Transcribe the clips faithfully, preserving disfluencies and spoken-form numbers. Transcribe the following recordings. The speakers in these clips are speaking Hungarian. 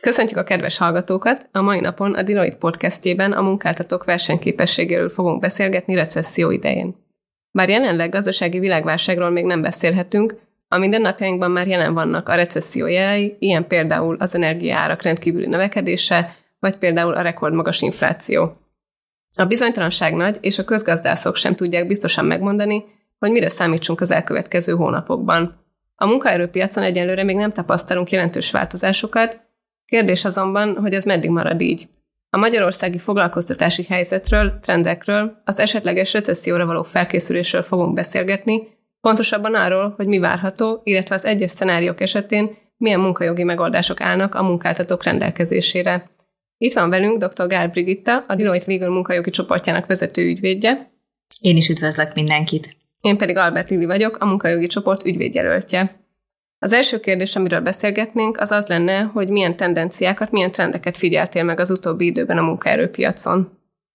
Köszöntjük a kedves hallgatókat! A mai napon a Deloitte podcastjében a munkáltatók versenyképességéről fogunk beszélgetni recesszió idején. Bár jelenleg gazdasági világválságról még nem beszélhetünk, a mindennapjainkban már jelen vannak a recesszió jelei, ilyen például az energiaárak rendkívüli növekedése, vagy például a rekordmagas infláció. A bizonytalanság nagy, és a közgazdászok sem tudják biztosan megmondani, hogy mire számítsunk az elkövetkező hónapokban. A munkaerőpiacon egyelőre még nem tapasztalunk jelentős változásokat, kérdés azonban, hogy ez meddig marad így. A magyarországi foglalkoztatási helyzetről, trendekről, az esetleges recesszióra való felkészülésről fogunk beszélgetni, pontosabban arról, hogy mi várható, illetve az egyes szenáriók esetén milyen munkajogi megoldások állnak a munkáltatók rendelkezésére. Itt van velünk dr. Gál Brigitta, a Deloitte Legal munkajogi csoportjának vezető ügyvédje. Én is üdvözlök mindenkit. Én pedig Albert Lili vagyok, a munkajogi csoport ügyvédjelöltje. Az első kérdés, amiről beszélgetnénk, az az lenne, hogy milyen tendenciákat, milyen trendeket figyeltél meg az utóbbi időben a munkaerőpiacon.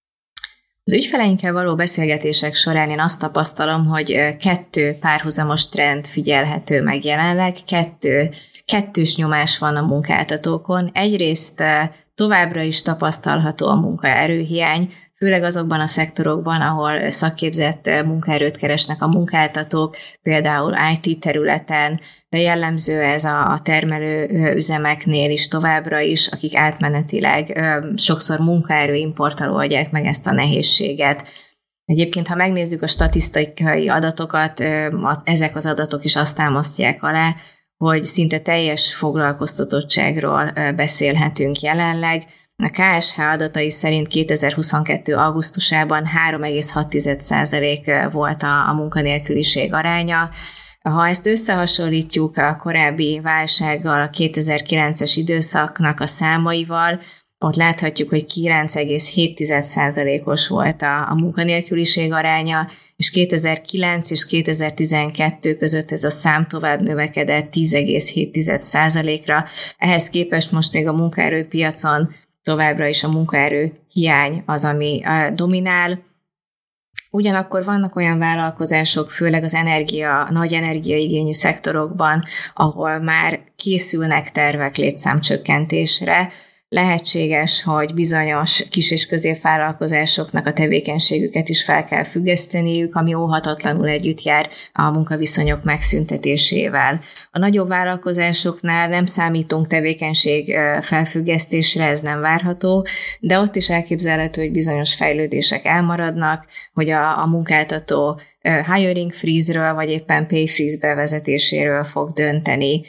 Az ügyfeleinkkel való beszélgetések során én azt tapasztalom, hogy kettő párhuzamos trend figyelhető meg jelenleg, kettő, kettős nyomás van a munkáltatókon. Egyrészt továbbra is tapasztalható a munkaerőhiány, főleg azokban a szektorokban, ahol szakképzett munkaerőt keresnek a munkáltatók, például i té területen, de jellemző ez a termelő üzemeknél is továbbra is, akik átmenetileg sokszor munkaerőimporttal oldják meg ezt a nehézséget. Egyébként, ha megnézzük a statisztikai adatokat, az, ezek az adatok is azt támasztják alá, hogy szinte teljes foglalkoztatottságról beszélhetünk jelenleg. A ká es há adatai szerint kétezer-huszonkettő augusztusában három egész hat százalék volt a, a munkanélküliség aránya. Ha ezt összehasonlítjuk a korábbi válsággal, a kétezer-kilences időszaknak a számaival, ott láthatjuk, hogy kilenc egész hét százalékos volt a, a munkanélküliség aránya, és kétezer-kilenc és kétezer-tizenkettő között ez a szám tovább növekedett tíz egész hét százalékra. Ehhez képest most még a munkaerőpiacon továbbra is a munkaerő hiány az, ami dominál. Ugyanakkor vannak olyan vállalkozások, főleg az energia, nagy energiaigényű szektorokban, ahol már készülnek tervek létszámcsökkentésre. Lehetséges, hogy bizonyos kis- és középvállalkozásoknak a tevékenységüket is fel kell függeszteniük, ami óhatatlanul együtt jár a munkaviszonyok megszüntetésével. A nagyobb vállalkozásoknál nem számítunk tevékenység felfüggesztésre, ez nem várható, de ott is elképzelhető, hogy bizonyos fejlődések elmaradnak, hogy a, a munkáltató hiring freeze-ről vagy éppen pay freeze bevezetéséről fog dönteni.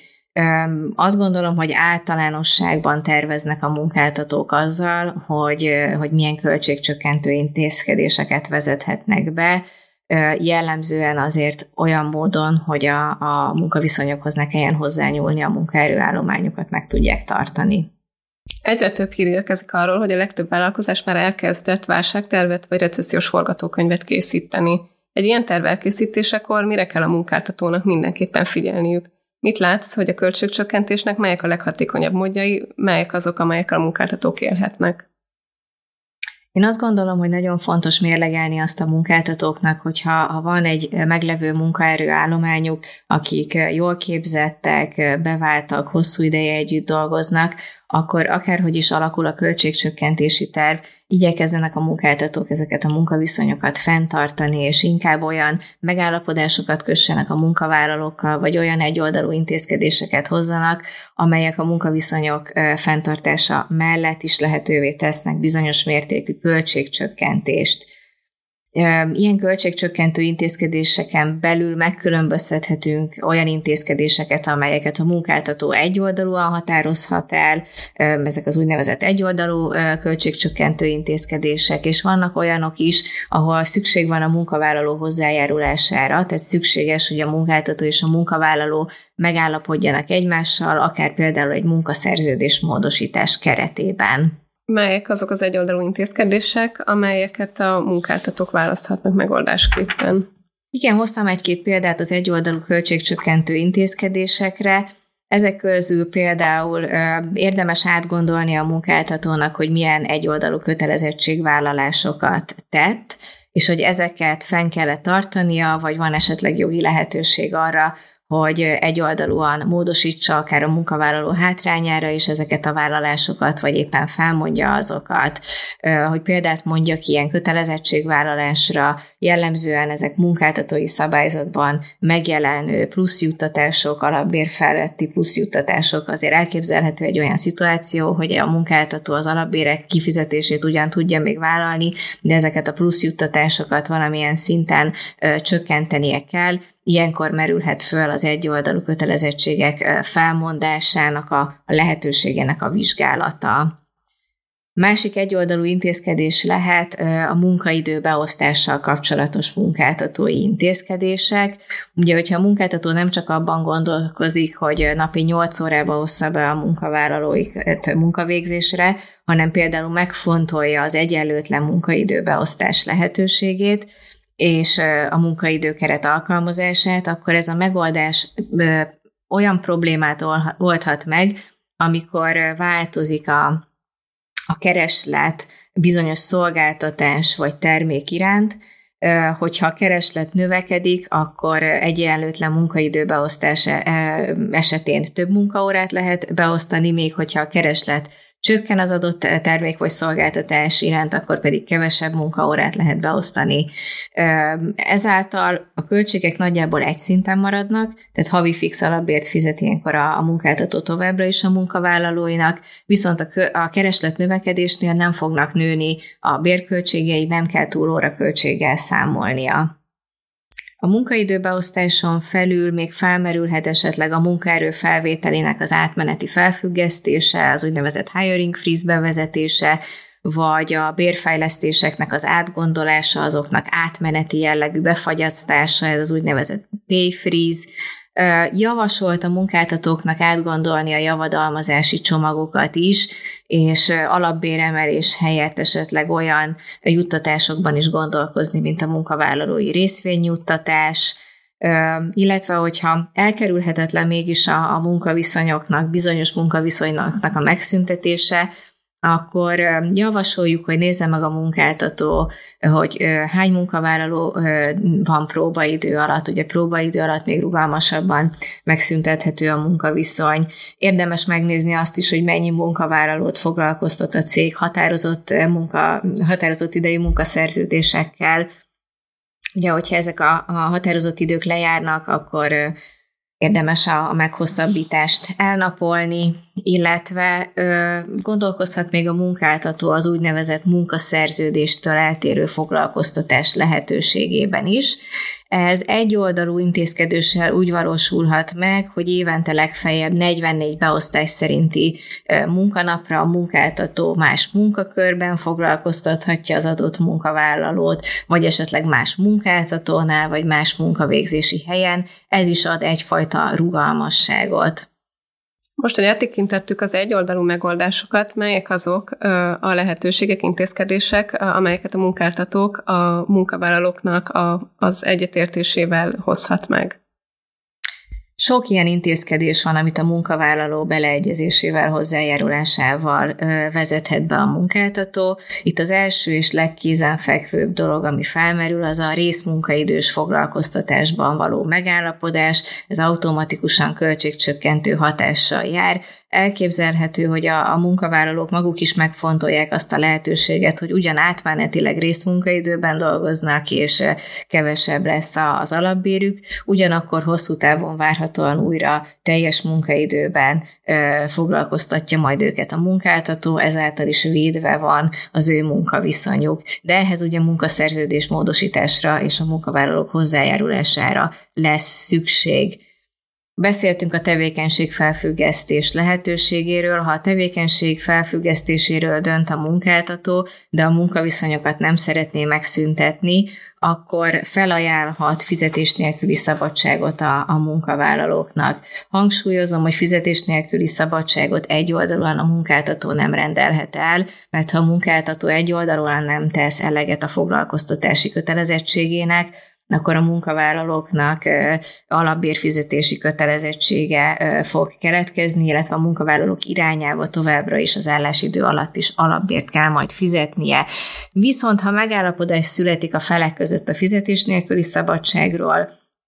Azt gondolom, hogy általánosságban terveznek a munkáltatók azzal, hogy, hogy milyen költségcsökkentő intézkedéseket vezethetnek be, jellemzően azért olyan módon, hogy a, a munkaviszonyokhoz ne kelljen hozzányúlni, a munkaerőállományokat meg tudják tartani. Egyre több hír érkezik arról, hogy a legtöbb vállalkozás már elkezdett válságtervet vagy recessziós forgatókönyvet készíteni. Egy ilyen terv elkészítésekor mire kell a munkáltatónak mindenképpen figyelniük? Mit látsz, hogy a költségcsökkentésnek melyek a leghatékonyabb módjai, melyek azok, amelyekkel a munkáltatók élhetnek? Én azt gondolom, hogy nagyon fontos mérlegelni azt a munkáltatóknak, hogyha ha van egy meglevő munkaerőállományuk, akik jól képzettek, beváltak, hosszú ideje együtt dolgoznak, akkor akárhogy is alakul a költségcsökkentési terv, igyekezzenek a munkáltatók ezeket a munkaviszonyokat fenntartani, és inkább olyan megállapodásokat kössenek a munkavállalókkal, vagy olyan egyoldalú intézkedéseket hozzanak, amelyek a munkaviszonyok fenntartása mellett is lehetővé tesznek bizonyos mértékű költségcsökkentést. Ilyen költségcsökkentő intézkedéseken belül megkülönböztethetünk olyan intézkedéseket, amelyeket a munkáltató egyoldalúan határozhat el, ezek az úgynevezett egyoldalú költségcsökkentő intézkedések, és vannak olyanok is, ahol szükség van a munkavállaló hozzájárulására, tehát szükséges, hogy a munkáltató és a munkavállaló megállapodjanak egymással, akár például egy munkaszerződés módosítás keretében. Melyek azok az egyoldalú intézkedések, amelyeket a munkáltatók választhatnak megoldásképpen? Igen, hoztam egy-két példát az egyoldalú költségcsökkentő intézkedésekre. Ezek közül például ö, érdemes átgondolni a munkáltatónak, hogy milyen egyoldalú kötelezettségvállalásokat tett, és hogy ezeket fenn kell tartania, vagy van esetleg jogi lehetőség arra, hogy egyoldalúan módosítsa akár a munkavállaló hátrányára is ezeket a vállalásokat, vagy éppen felmondja azokat, hogy példát mondjak ilyen kötelezettségvállalásra, jellemzően ezek munkáltatói szabályzatban megjelenő pluszjuttatások, alapbér feletti pluszjuttatások, azért elképzelhető egy olyan szituáció, hogy a munkáltató az alapbérek kifizetését ugyan tudja még vállalni, de ezeket a pluszjuttatásokat valamilyen szinten ö, csökkentenie kell. Ilyenkor merülhet föl az egyoldalú kötelezettségek felmondásának a, a lehetőségének a vizsgálata. Másik egyoldalú intézkedés lehet a munkaidő beosztással kapcsolatos munkáltatói intézkedések. Ugye, hogyha a munkáltató nem csak abban gondolkozik, hogy napi nyolc órába ossza be a munkavállalóikat munkavégzésre, hanem például megfontolja az egyenlőtlen munkaidő beosztás lehetőségét, és a munkaidőkeret alkalmazását, akkor ez a megoldás olyan problémát oldhat meg, amikor változik a, a kereslet bizonyos szolgáltatás vagy termék iránt. Hogyha a kereslet növekedik, akkor egyenlőtlen munkaidő beosztás esetén több munkaórát lehet beosztani, még hogyha a kereslet csökken az adott termék vagy szolgáltatás iránt, akkor pedig kevesebb munkaórát lehet beosztani. Ezáltal a költségek nagyjából egy szinten maradnak, tehát havi fix alapbért fizet ilyenkor a, a munkáltató továbbra is a munkavállalóinak, viszont a, kö, a kereslet növekedésnél nem fognak nőni a bérköltségei, nem kell túlóra költséggel számolnia. A munkaidőbeosztáson felül még felmerülhet esetleg a munkaerő felvételének az átmeneti felfüggesztése, az úgynevezett hiring freeze bevezetése, vagy a bérfejlesztéseknek az átgondolása, azoknak átmeneti jellegű befagyasztása, ez az úgynevezett pay freeze. Javasolt a munkáltatóknak átgondolni a javadalmazási csomagokat is, és alapbéremelés helyett esetleg olyan juttatásokban is gondolkozni, mint a munkavállalói részvényjuttatás, illetve hogyha elkerülhetetlen mégis a, a munkaviszonyoknak, bizonyos munkaviszonyoknak a megszüntetése, akkor javasoljuk, hogy nézze meg a munkáltató, hogy hány munkavállaló van próbaidő alatt, ugye próbaidő alatt még rugalmasabban megszüntethető a munkaviszony. Érdemes megnézni azt is, hogy mennyi munkavállalót foglalkoztat a cég határozott, munka, határozott idejű munkaszerződésekkel. Ugye, hogyha ezek a, a határozott idők lejárnak, akkor érdemes a, a meghosszabbítást elnapolni, illetve ö, gondolkozhat még a munkáltató az úgynevezett munkaszerződéstől eltérő foglalkoztatás lehetőségében is. Ez egyoldalú intézkedéssel úgy valósulhat meg, hogy évente legfeljebb negyvennégy beosztás szerinti munkanapra a munkáltató más munkakörben foglalkoztathatja az adott munkavállalót, vagy esetleg más munkáltatónál, vagy más munkavégzési helyen. Ez is ad egyfajta rugalmasságot. Most, hogy áttekintettük az egyoldalú megoldásokat, melyek azok a lehetőségek, intézkedések, amelyeket a munkáltatók a munkavállalóknak a, az egyetértésével hozhat meg? Sok ilyen intézkedés van, amit a munkavállaló beleegyezésével, hozzájárulásával vezethet be a munkáltató. Itt az első és legkézenfekvőbb dolog, ami felmerül, az a részmunkaidős foglalkoztatásban való megállapodás. Ez automatikusan költségcsökkentő hatással jár. Elképzelhető, hogy a, a munkavállalók maguk is megfontolják azt a lehetőséget, hogy ugyan átmenetileg részmunkaidőben dolgoznak, és kevesebb lesz az alapbérük, ugyanakkor hosszú távon várhatóan újra teljes munkaidőben ö, foglalkoztatja majd őket a munkáltató, ezáltal is védve van az ő munkaviszonyuk. De ehhez ugye munkaszerződés módosításra és a munkavállalók hozzájárulására lesz szükség. Beszéltünk a tevékenység felfüggesztés lehetőségéről. Ha a tevékenység felfüggesztéséről dönt a munkáltató, de a munkaviszonyokat nem szeretné megszüntetni, akkor felajánlhat fizetés nélküli szabadságot a, a munkavállalóknak. Hangsúlyozom, hogy fizetés nélküli szabadságot egyoldalúan a munkáltató nem rendelhet el, mert ha a munkáltató egyoldalúan nem tesz eleget a foglalkoztatási kötelezettségének, akkor a munkavállalóknak alapbérfizetési kötelezettsége fog keletkezni, illetve a munkavállalók irányába továbbra is az állásidő alatt is alapbért kell majd fizetnie. Viszont ha megállapodás születik a felek között a fizetés nélküli szabadságról,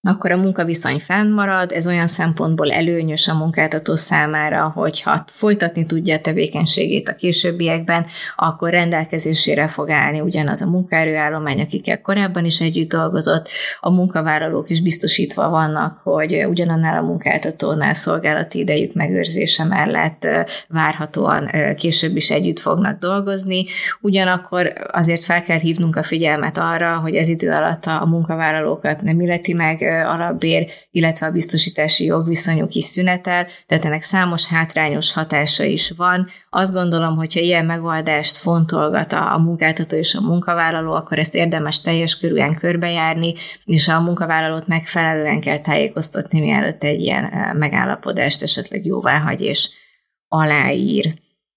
akkor a munkaviszony fennmarad, ez olyan szempontból előnyös a munkáltató számára, hogyha folytatni tudja a tevékenységét a későbbiekben, akkor rendelkezésére fog állni ugyanaz a munkaerőállomány, akikkel korábban is együtt dolgozott, a munkavállalók is biztosítva vannak, hogy ugyanannál a munkáltatónál szolgálati idejük megőrzése mellett várhatóan később is együtt fognak dolgozni, ugyanakkor azért fel kell hívnunk a figyelmet arra, hogy ez idő alatt a munkavállalókat nem illeti meg alapbér, illetve a biztosítási jogviszonyuk is szünetel, tehát ennek számos hátrányos hatása is van. Azt gondolom, hogyha ilyen megoldást fontolgat a munkáltató és a munkavállaló, akkor ezt érdemes teljes körűen körbejárni, és a munkavállalót megfelelően kell tájékoztatni, mielőtt egy ilyen megállapodást esetleg jóváhagy és aláír.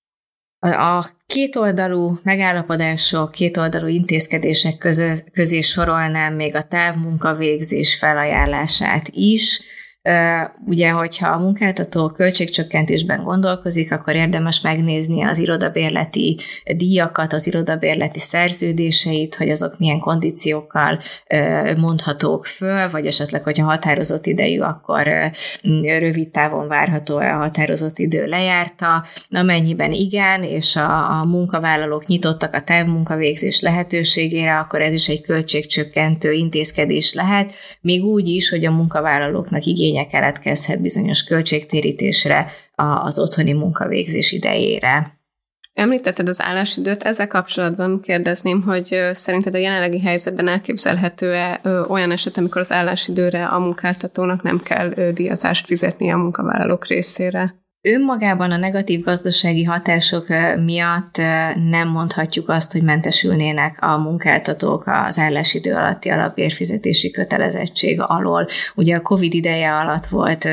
A kétoldalú megállapodások, kétoldalú intézkedések közö, közé sorolnám még a távmunkavégzés felajánlását is. Ugye, hogyha a munkáltató költségcsökkentésben gondolkozik, akkor érdemes megnézni az irodabérleti díjakat, az irodabérleti szerződéseit, hogy azok milyen kondíciókkal mondhatók föl, vagy esetleg, hogyha határozott idejű, akkor rövid távon várható a határozott idő lejárta. Amennyiben igen, és a, a munkavállalók nyitottak a távmunkavégzés lehetőségére, akkor ez is egy költségcsökkentő intézkedés lehet, még úgy is, hogy a munkavállalóknak igény keletkezhet bizonyos költségtérítésre az otthoni munkavégzés idejére. Említetted az állásidőt, ezzel kapcsolatban kérdezném, hogy szerinted a jelenlegi helyzetben elképzelhető-e olyan eset, amikor az állásidőre a munkáltatónak nem kell díjazást fizetnie a munkavállalók részére? Önmagában a negatív gazdasági hatások miatt nem mondhatjuk azt, hogy mentesülnének a munkáltatók az állásidő alatti alapbérfizetési kötelezettség alól. Ugye a Covid ideje alatt volt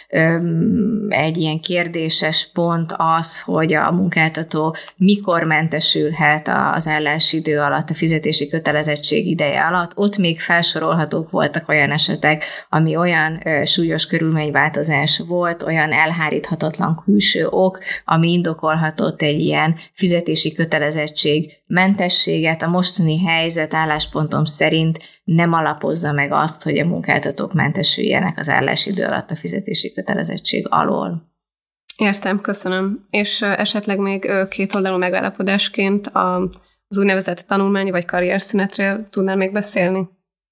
egy ilyen kérdéses pont az, hogy a munkáltató mikor mentesülhet az állásidő alatt a fizetési kötelezettség ideje alatt. Ott még felsorolhatók voltak olyan esetek, ami olyan súlyos körülményváltozás volt, olyan elháríthatatlan külső ok, ami indokolhatott egy ilyen fizetési kötelezettség mentességet. A mostani helyzet álláspontom szerint nem alapozza meg azt, hogy a munkáltatók mentesüljenek az állásidő alatt a fizetési kötelezettség alól. Értem, köszönöm. És esetleg még kétoldalú megállapodásként az úgynevezett tanulmányi vagy karrierszünetről tudnál még beszélni?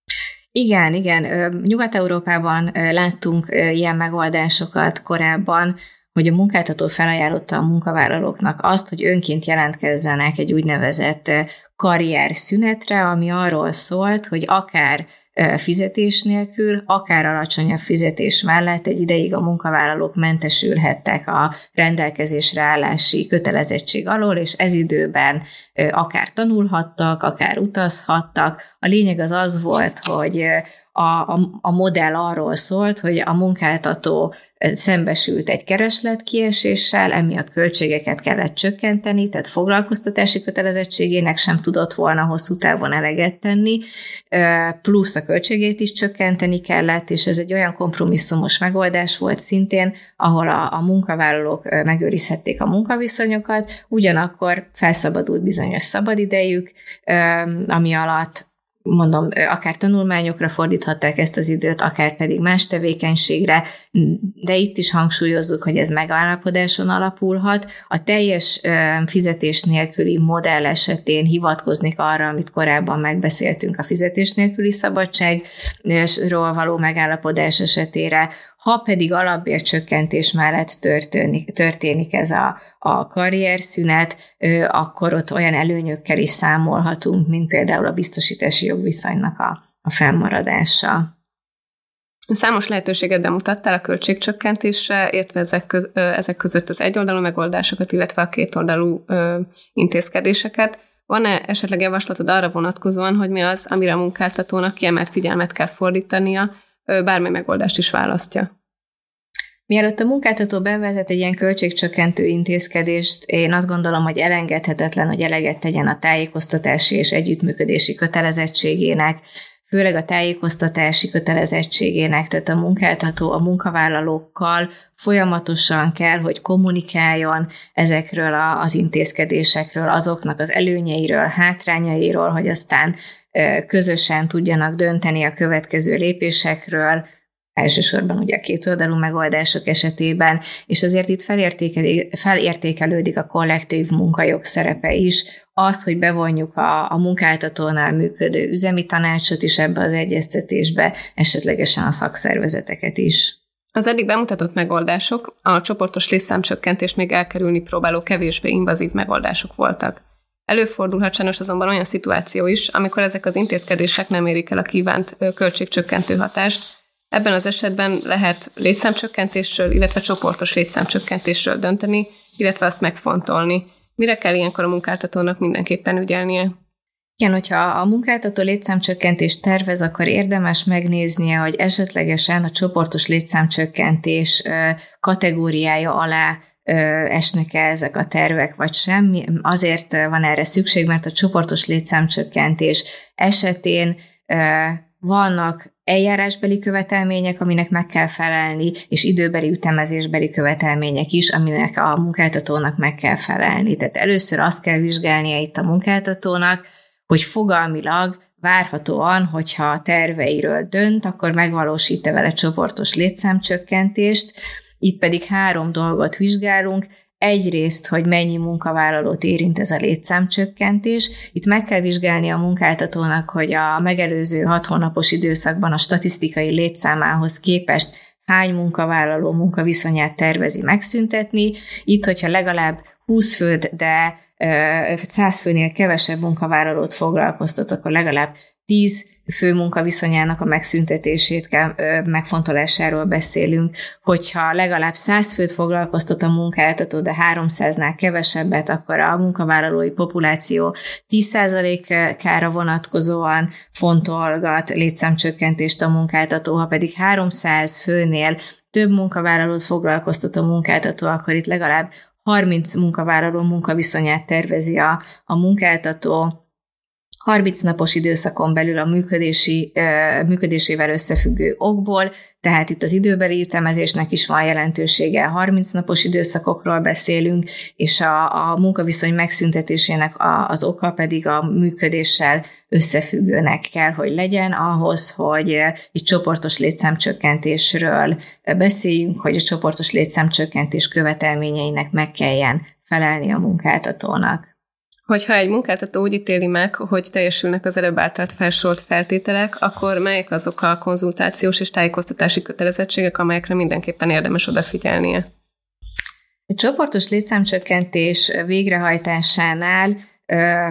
Igen, igen. Nyugat-Európában láttunk ilyen megoldásokat korábban, hogy a munkáltató felajánlotta a munkavállalóknak azt, hogy önként jelentkezzenek egy úgynevezett karrierszünetre, ami arról szólt, hogy akár fizetés nélkül, akár alacsonyabb fizetés mellett egy ideig a munkavállalók mentesülhettek a rendelkezésre állási kötelezettség alól, és ez időben akár tanulhattak, akár utazhattak. A lényeg az az volt, hogy A, a, a modell arról szólt, hogy a munkáltató szembesült egy keresletkieséssel, emiatt költségeket kellett csökkenteni, tehát foglalkoztatási kötelezettségének sem tudott volna hosszú távon eleget tenni, plusz a költségét is csökkenteni kellett, és ez egy olyan kompromisszumos megoldás volt szintén, ahol a, a munkavállalók megőrizhették a munkaviszonyokat, ugyanakkor felszabadult bizonyos szabadidejük, ami alatt mondom, akár tanulmányokra fordíthatták ezt az időt, akár pedig más tevékenységre, de itt is hangsúlyozzuk, hogy ez megállapodáson alapulhat. A teljes fizetés nélküli modell esetén hivatkoznék arra, amit korábban megbeszéltünk a fizetés nélküli szabadságról való megállapodás esetére. Ha pedig alapbércsökkentés mellett történik, történik ez a, a karrierszünet, akkor ott olyan előnyökkel is számolhatunk, mint például a biztosítási jogviszonynak a, a fennmaradása. Számos lehetőséget bemutattál a költségcsökkentésre, értve ezek, köz, ezek között az egyoldalú megoldásokat, illetve a kétoldalú ö, intézkedéseket. Van-e esetleg javaslatod arra vonatkozóan, hogy mi az, amire a munkáltatónak kiemelt figyelmet kell fordítania, bármely megoldást is választja? Mielőtt a munkáltató bevezet egy ilyen költségcsökkentő intézkedést, én azt gondolom, hogy elengedhetetlen, hogy eleget tegyen a tájékoztatási és együttműködési kötelezettségének, főleg a tájékoztatási kötelezettségének, tehát a munkáltató a munkavállalókkal folyamatosan kell, hogy kommunikáljon ezekről a, az intézkedésekről, azoknak az előnyeiről, hátrányairól, hogy aztán közösen tudjanak dönteni a következő lépésekről, elsősorban ugye a kétoldalú megoldások esetében, és azért itt felértékelődik a kollektív munkajog szerepe is, az, hogy bevonjuk a, a munkáltatónál működő üzemi tanácsot is ebbe az egyeztetésbe, esetlegesen a szakszervezeteket is. Az eddig bemutatott megoldások, a csoportos létszámcsökkentést még elkerülni próbáló kevésbé invazív megoldások voltak. Előfordulhat sajnos azonban olyan szituáció is, amikor ezek az intézkedések nem érik el a kívánt költségcsökkentő hatást. Ebben az esetben lehet létszámcsökkentésről, illetve csoportos létszámcsökkentésről dönteni, illetve azt megfontolni. Mire kell ilyenkor a munkáltatónak mindenképpen ügyelnie? Igen, hogyha a munkáltató létszámcsökkentést tervez, akkor érdemes megnéznie, hogy esetlegesen a csoportos létszámcsökkentés kategóriája alá esnek-e ezek a tervek, vagy sem. Azért van erre szükség, mert a csoportos létszámcsökkentés esetén vannak eljárásbeli követelmények, aminek meg kell felelni, és időbeli ütemezésbeli követelmények is, aminek a munkáltatónak meg kell felelni. Tehát először azt kell vizsgálnia itt a munkáltatónak, hogy fogalmilag várhatóan, hogyha a terveiről dönt, akkor megvalósít-e vele csoportos létszámcsökkentést. Itt pedig három dolgot vizsgálunk. Egyrészt, hogy mennyi munkavállalót érint ez a létszámcsökkentés. Itt meg kell vizsgálni a munkáltatónak, hogy a megelőző hat hónapos időszakban a statisztikai létszámához képest hány munkavállaló munkaviszonyát tervezi megszüntetni. Itt, hogyha legalább húsz főt, de száz főnél kevesebb munkavállalót foglalkoztat, akkor legalább tíz fő munkaviszonyának a megszüntetését kell, megfontolásáról beszélünk. Hogyha legalább száz főt foglalkoztat a munkáltató, de háromszáznál kevesebbet, akkor a munkavállalói populáció tíz százalékára vonatkozóan fontolgat létszámcsökkentést a munkáltató, ha pedig háromszáz főnél több munkavállalót foglalkoztat a munkáltató, akkor itt legalább harminc munkavállaló munkaviszonyát tervezi a, a munkáltató, harminc napos időszakon belül a működési, működésével összefüggő okból, tehát itt az időbeli ütemezésnek is van jelentősége, harminc napos időszakokról beszélünk, és a, a munkaviszony megszüntetésének a, az oka pedig a működéssel összefüggőnek kell, hogy legyen ahhoz, hogy itt csoportos létszámcsökkentésről beszéljünk, hogy a csoportos létszámcsökkentés követelményeinek meg kelljen felelni a munkáltatónak. Hogyha egy munkáltató úgy ítéli meg, hogy teljesülnek az előbb általt felsorolt feltételek, akkor melyek azok a konzultációs és tájékoztatási kötelezettségek, amelyekre mindenképpen érdemes odafigyelnie? A csoportos létszámcsökkentés végrehajtásánál ö,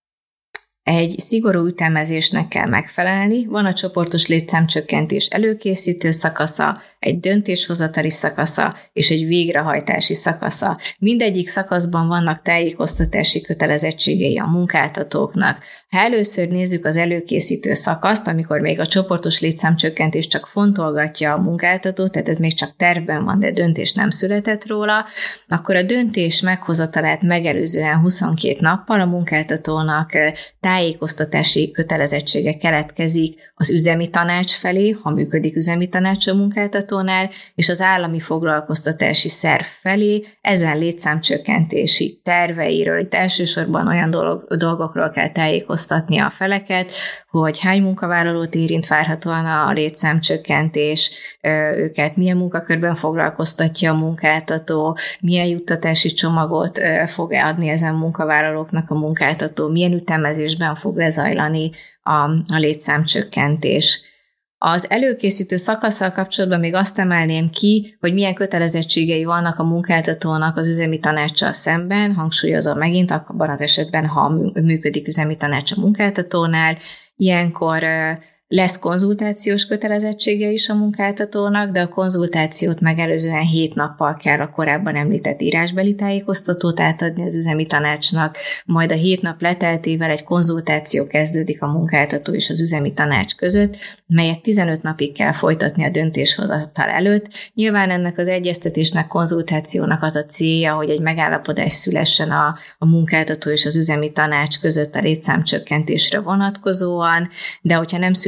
egy szigorú ütemezésnek kell megfelelni. Van a csoportos létszámcsökkentés előkészítő szakasza, egy döntéshozatali szakasza és egy végrehajtási szakasza. Mindegyik szakaszban vannak tájékoztatási kötelezettségei a munkáltatóknak. Ha először nézzük az előkészítő szakaszt, amikor még a csoportos létszámcsökkentés csak fontolgatja a munkáltató, tehát ez még csak tervben van, de döntés nem született róla, akkor a döntés meghozatalát megelőzően huszonkét nappal a munkáltatónak tájékoztatási kötelezettsége keletkezik az üzemi tanács felé, ha működik üzemi tanács a munkáltatónál, és az állami foglalkoztatási szerv felé ezen létszámcsökkentési terveiről. Itt elsősorban olyan dolog, dolgokról kell tájékoztatni a feleket, hogy hány munkavállalót érint várhatóan a létszámcsökkentés, őket milyen munkakörben foglalkoztatja a munkáltató, milyen juttatási csomagot fog adni ezen munkavállalóknak a munkáltató, milyen ütemezésben fog lezajlani a, a létszámcsökkentés. Az előkészítő szakasszal kapcsolatban még azt emelném ki, hogy milyen kötelezettségei vannak a munkáltatónak az üzemi tanácssal szemben, hangsúlyozom megint, abban az esetben, ha működik üzemi tanács a munkáltatónál, ilyenkor lesz konzultációs kötelezettsége is a munkáltatónak, de a konzultációt megelőzően hét nappal kell a korábban említett írásbeli tájékoztatót átadni az üzemi tanácsnak, majd a hét nap leteltével egy konzultáció kezdődik a munkáltató és az üzemi tanács között, melyet tizenöt napig kell folytatni a döntéshozatal előtt. Nyilván ennek az egyeztetésnek, konzultációnak az a célja, hogy egy megállapodás szülessen a, a munkáltató és az üzemi tanács között a létszámcsökkentésre vonatkozóan, de hogyha nem születik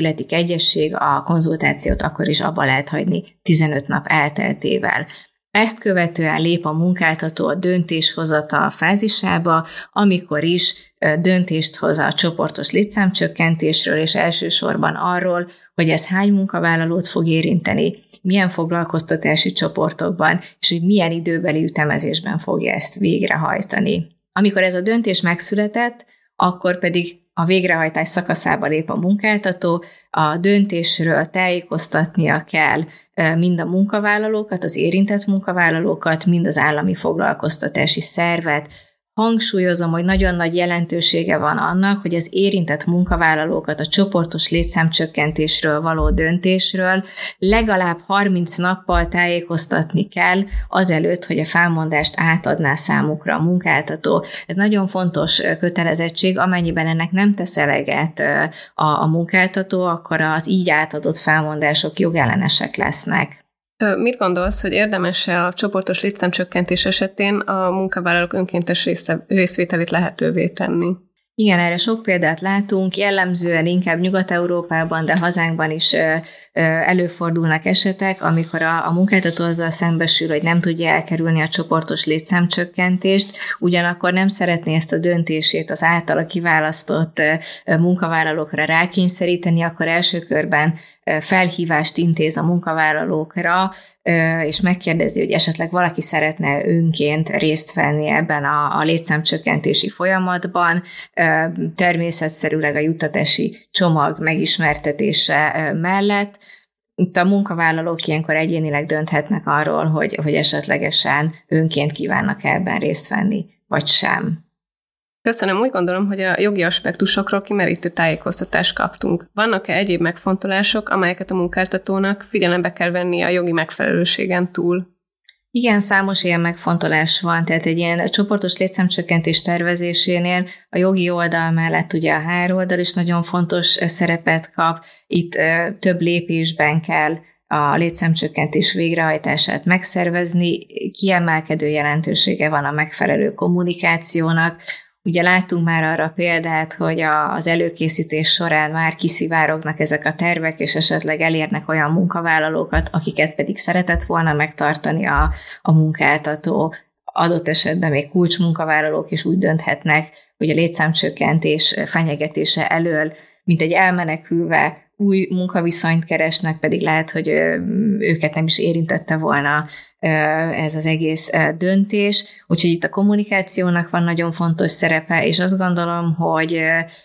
születik egyezség, a konzultációt akkor is abba lehet hagyni tizenöt nap elteltével. Ezt követően lép a munkáltató a döntéshozatal fázisába, amikor is döntést hoz a csoportos létszámcsökkentésről, és elsősorban arról, hogy ez hány munkavállalót fog érinteni, milyen foglalkoztatási csoportokban, és hogy milyen időbeli ütemezésben fogja ezt végrehajtani. Amikor ez a döntés megszületett, akkor pedig a végrehajtás szakaszába lép a munkáltató, a döntésről tájékoztatnia kell mind a munkavállalókat, az érintett munkavállalókat, mind az állami foglalkoztatási szervet. Hangsúlyozom, hogy nagyon nagy jelentősége van annak, hogy az érintett munkavállalókat a csoportos létszámcsökkentésről való döntésről legalább harminc nappal tájékoztatni kell azelőtt, hogy a felmondást átadná számukra a munkáltató. Ez nagyon fontos kötelezettség, amennyiben ennek nem tesz eleget a, a munkáltató, akkor az így átadott felmondások jogellenesek lesznek. Mit gondolsz, hogy érdemes-e a csoportos létszámcsökkentés esetén a munkavállalók önkéntes része, részvételét lehetővé tenni? Igen, erre sok példát látunk, jellemzően inkább Nyugat-Európában, de hazánkban is ö, ö, előfordulnak esetek, amikor a, a munkáltató azzal szembesül, hogy nem tudja elkerülni a csoportos létszámcsökkentést, ugyanakkor nem szeretné ezt a döntését az általa kiválasztott ö, munkavállalókra rákényszeríteni, akkor első körben ö, felhívást intéz a munkavállalókra, ö, és megkérdezi, hogy esetleg valaki szeretne önként részt venni ebben a, a létszámcsökkentési folyamatban, természetszerűleg a juttatási csomag megismertetése mellett. Itt a munkavállalók ilyenkor egyénileg dönthetnek arról, hogy, hogy esetlegesen önként kívánnak ebben részt venni, vagy sem. Köszönöm, úgy gondolom, hogy a jogi aspektusokról kimerítő tájékoztatást kaptunk. Vannak-e egyéb megfontolások, amelyeket a munkáltatónak figyelembe kell vennie a jogi megfelelőségen túl? Igen, számos ilyen megfontolás van, tehát egy ilyen csoportos létszámcsökkentés tervezésénél a jogi oldal mellett ugye a há er oldal is nagyon fontos szerepet kap, itt ö, több lépésben kell a létszámcsökkentés végrehajtását megszervezni, kiemelkedő jelentősége van a megfelelő kommunikációnak. Ugye láttunk már arra példát, hogy a, az előkészítés során már kiszivárognak ezek a tervek, és esetleg elérnek olyan munkavállalókat, akiket pedig szeretett volna megtartani a, a munkáltató. Adott esetben még kulcsmunkavállalók is úgy dönthetnek, hogy a létszámcsökkentés fenyegetése elől, mint egy elmenekülve új munkaviszonyt keresnek, pedig lehet, hogy őket nem is érintette volna ez az egész döntés. Úgyhogy itt a kommunikációnak van nagyon fontos szerepe, és azt gondolom, hogy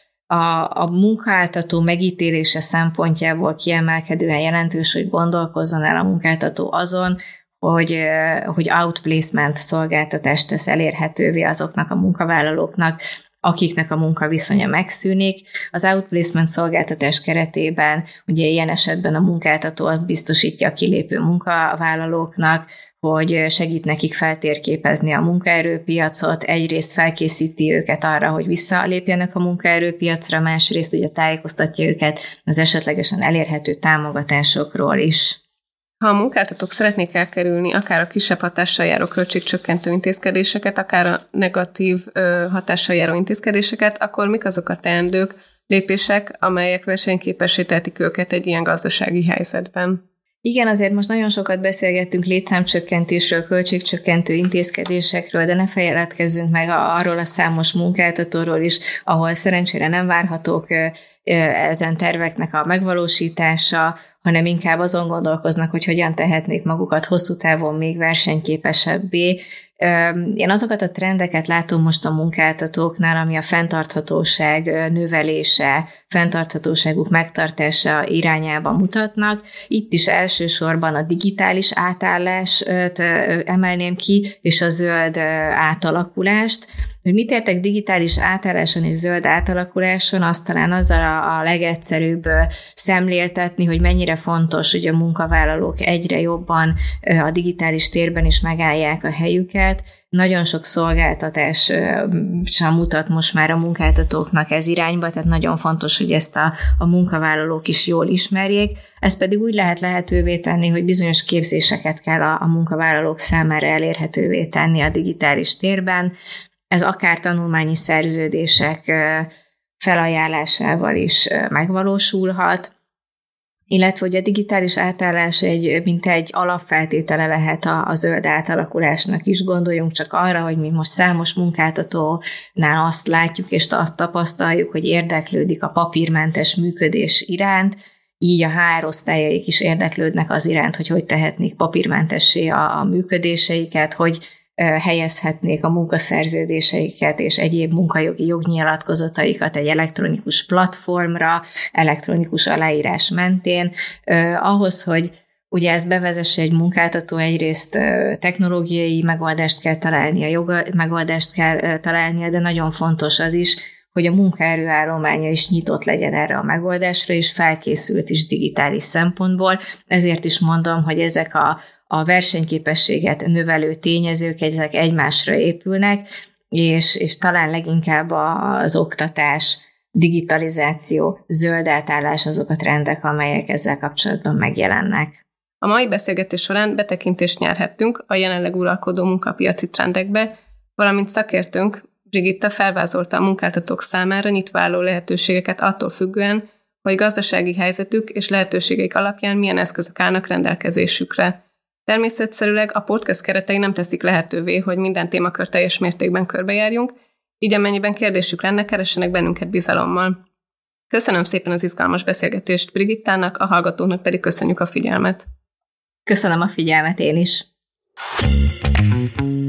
a, a munkáltató megítélése szempontjából kiemelkedően jelentős, hogy gondolkozzon el a munkáltató azon, hogy, hogy outplacement szolgáltatást tesz elérhetővé azoknak a munkavállalóknak, akiknek a munkaviszonya megszűnik. Az outplacement szolgáltatás keretében ugye ilyen esetben a munkáltató azt biztosítja a kilépő munkavállalóknak, hogy segít nekik feltérképezni a munkaerőpiacot, egyrészt felkészíti őket arra, hogy visszalépjenek a munkaerőpiacra, másrészt ugye tájékoztatja őket az esetlegesen elérhető támogatásokról is. Ha a munkáltatók szeretnék elkerülni akár a kisebb hatással járó költségcsökkentő intézkedéseket, akár a negatív ö, hatással járó intézkedéseket, akkor mik azok a teendők, lépések, amelyek versenyképessé tehetik őket egy ilyen gazdasági helyzetben? Igen, azért most nagyon sokat beszélgettünk létszámcsökkentésről, költségcsökkentő intézkedésekről, de ne feledkezzünk meg arról a számos munkáltatóról is, ahol szerencsére nem várhatók ezen terveknek a megvalósítása, hanem inkább azon gondolkoznak, hogy hogyan tehetnék magukat hosszú távon még versenyképesebbé. Én azokat a trendeket látom most a munkáltatóknál, ami a fenntarthatóság növelése, fenntarthatóságuk megtartása irányába mutatnak. Itt is elsősorban a digitális átállást emelném ki, és a zöld átalakulást. Hogy mit értek digitális átálláson és zöld átalakuláson, azt talán azzal a, a legegyszerűbb szemléltetni, hogy mennyire fontos, hogy a munkavállalók egyre jobban a digitális térben is megállják a helyüket. Nagyon sok szolgáltatás sem mutat most már a munkáltatóknak ez irányba, tehát nagyon fontos, hogy ezt a, a munkavállalók is jól ismerjék. Ez pedig úgy lehet lehetővé tenni, hogy bizonyos képzéseket kell a, a munkavállalók számára elérhetővé tenni a digitális térben. Ez akár tanulmányi szerződések felajánlásával is megvalósulhat. illetve hogy a digitális átállás egy, mint egy alapfeltétele lehet a, a zöld átalakulásnak is. Gondoljunk csak arra, hogy mi most számos munkáltatónál azt látjuk és azt tapasztaljuk, hogy érdeklődik a papírmentes működés iránt, így a há er osztályaik is érdeklődnek az iránt, hogy hogy tehetnék papírmentessé a, a működéseiket, hogy helyezhetnék a munkaszerződéseiket és egyéb munkajogi jognyilatkozataikat egy elektronikus platformra, elektronikus aláírás mentén. Eh, ahhoz, hogy ugye ezt bevezesse egy munkáltató, egyrészt eh, technológiai megoldást kell találnia, joga megoldást kell eh, találnia, de nagyon fontos az is, hogy a munkaerőállománya is nyitott legyen erre a megoldásra, és felkészült is digitális szempontból. Ezért is mondom, hogy ezek a a versenyképességet növelő tényezők, ezek egymásra épülnek, és, és talán leginkább az oktatás, digitalizáció, zöld átállás azok a trendek, amelyek ezzel kapcsolatban megjelennek. A mai beszélgetés során betekintést nyerhettünk a jelenleg uralkodó munkapiaci trendekbe, valamint szakértőnk Brigitta felvázolta a munkáltatók számára nyitva álló lehetőségeket attól függően, hogy gazdasági helyzetük és lehetőségeik alapján milyen eszközök állnak rendelkezésükre. Természetszerűleg a podcast keretei nem teszik lehetővé, hogy minden témakör teljes mértékben körbejárjunk, így amennyiben kérdésük lenne, keressenek bennünket bizalommal. Köszönöm szépen az izgalmas beszélgetést Brigittának, a hallgatóknak pedig köszönjük a figyelmet. Köszönöm a figyelmet én is.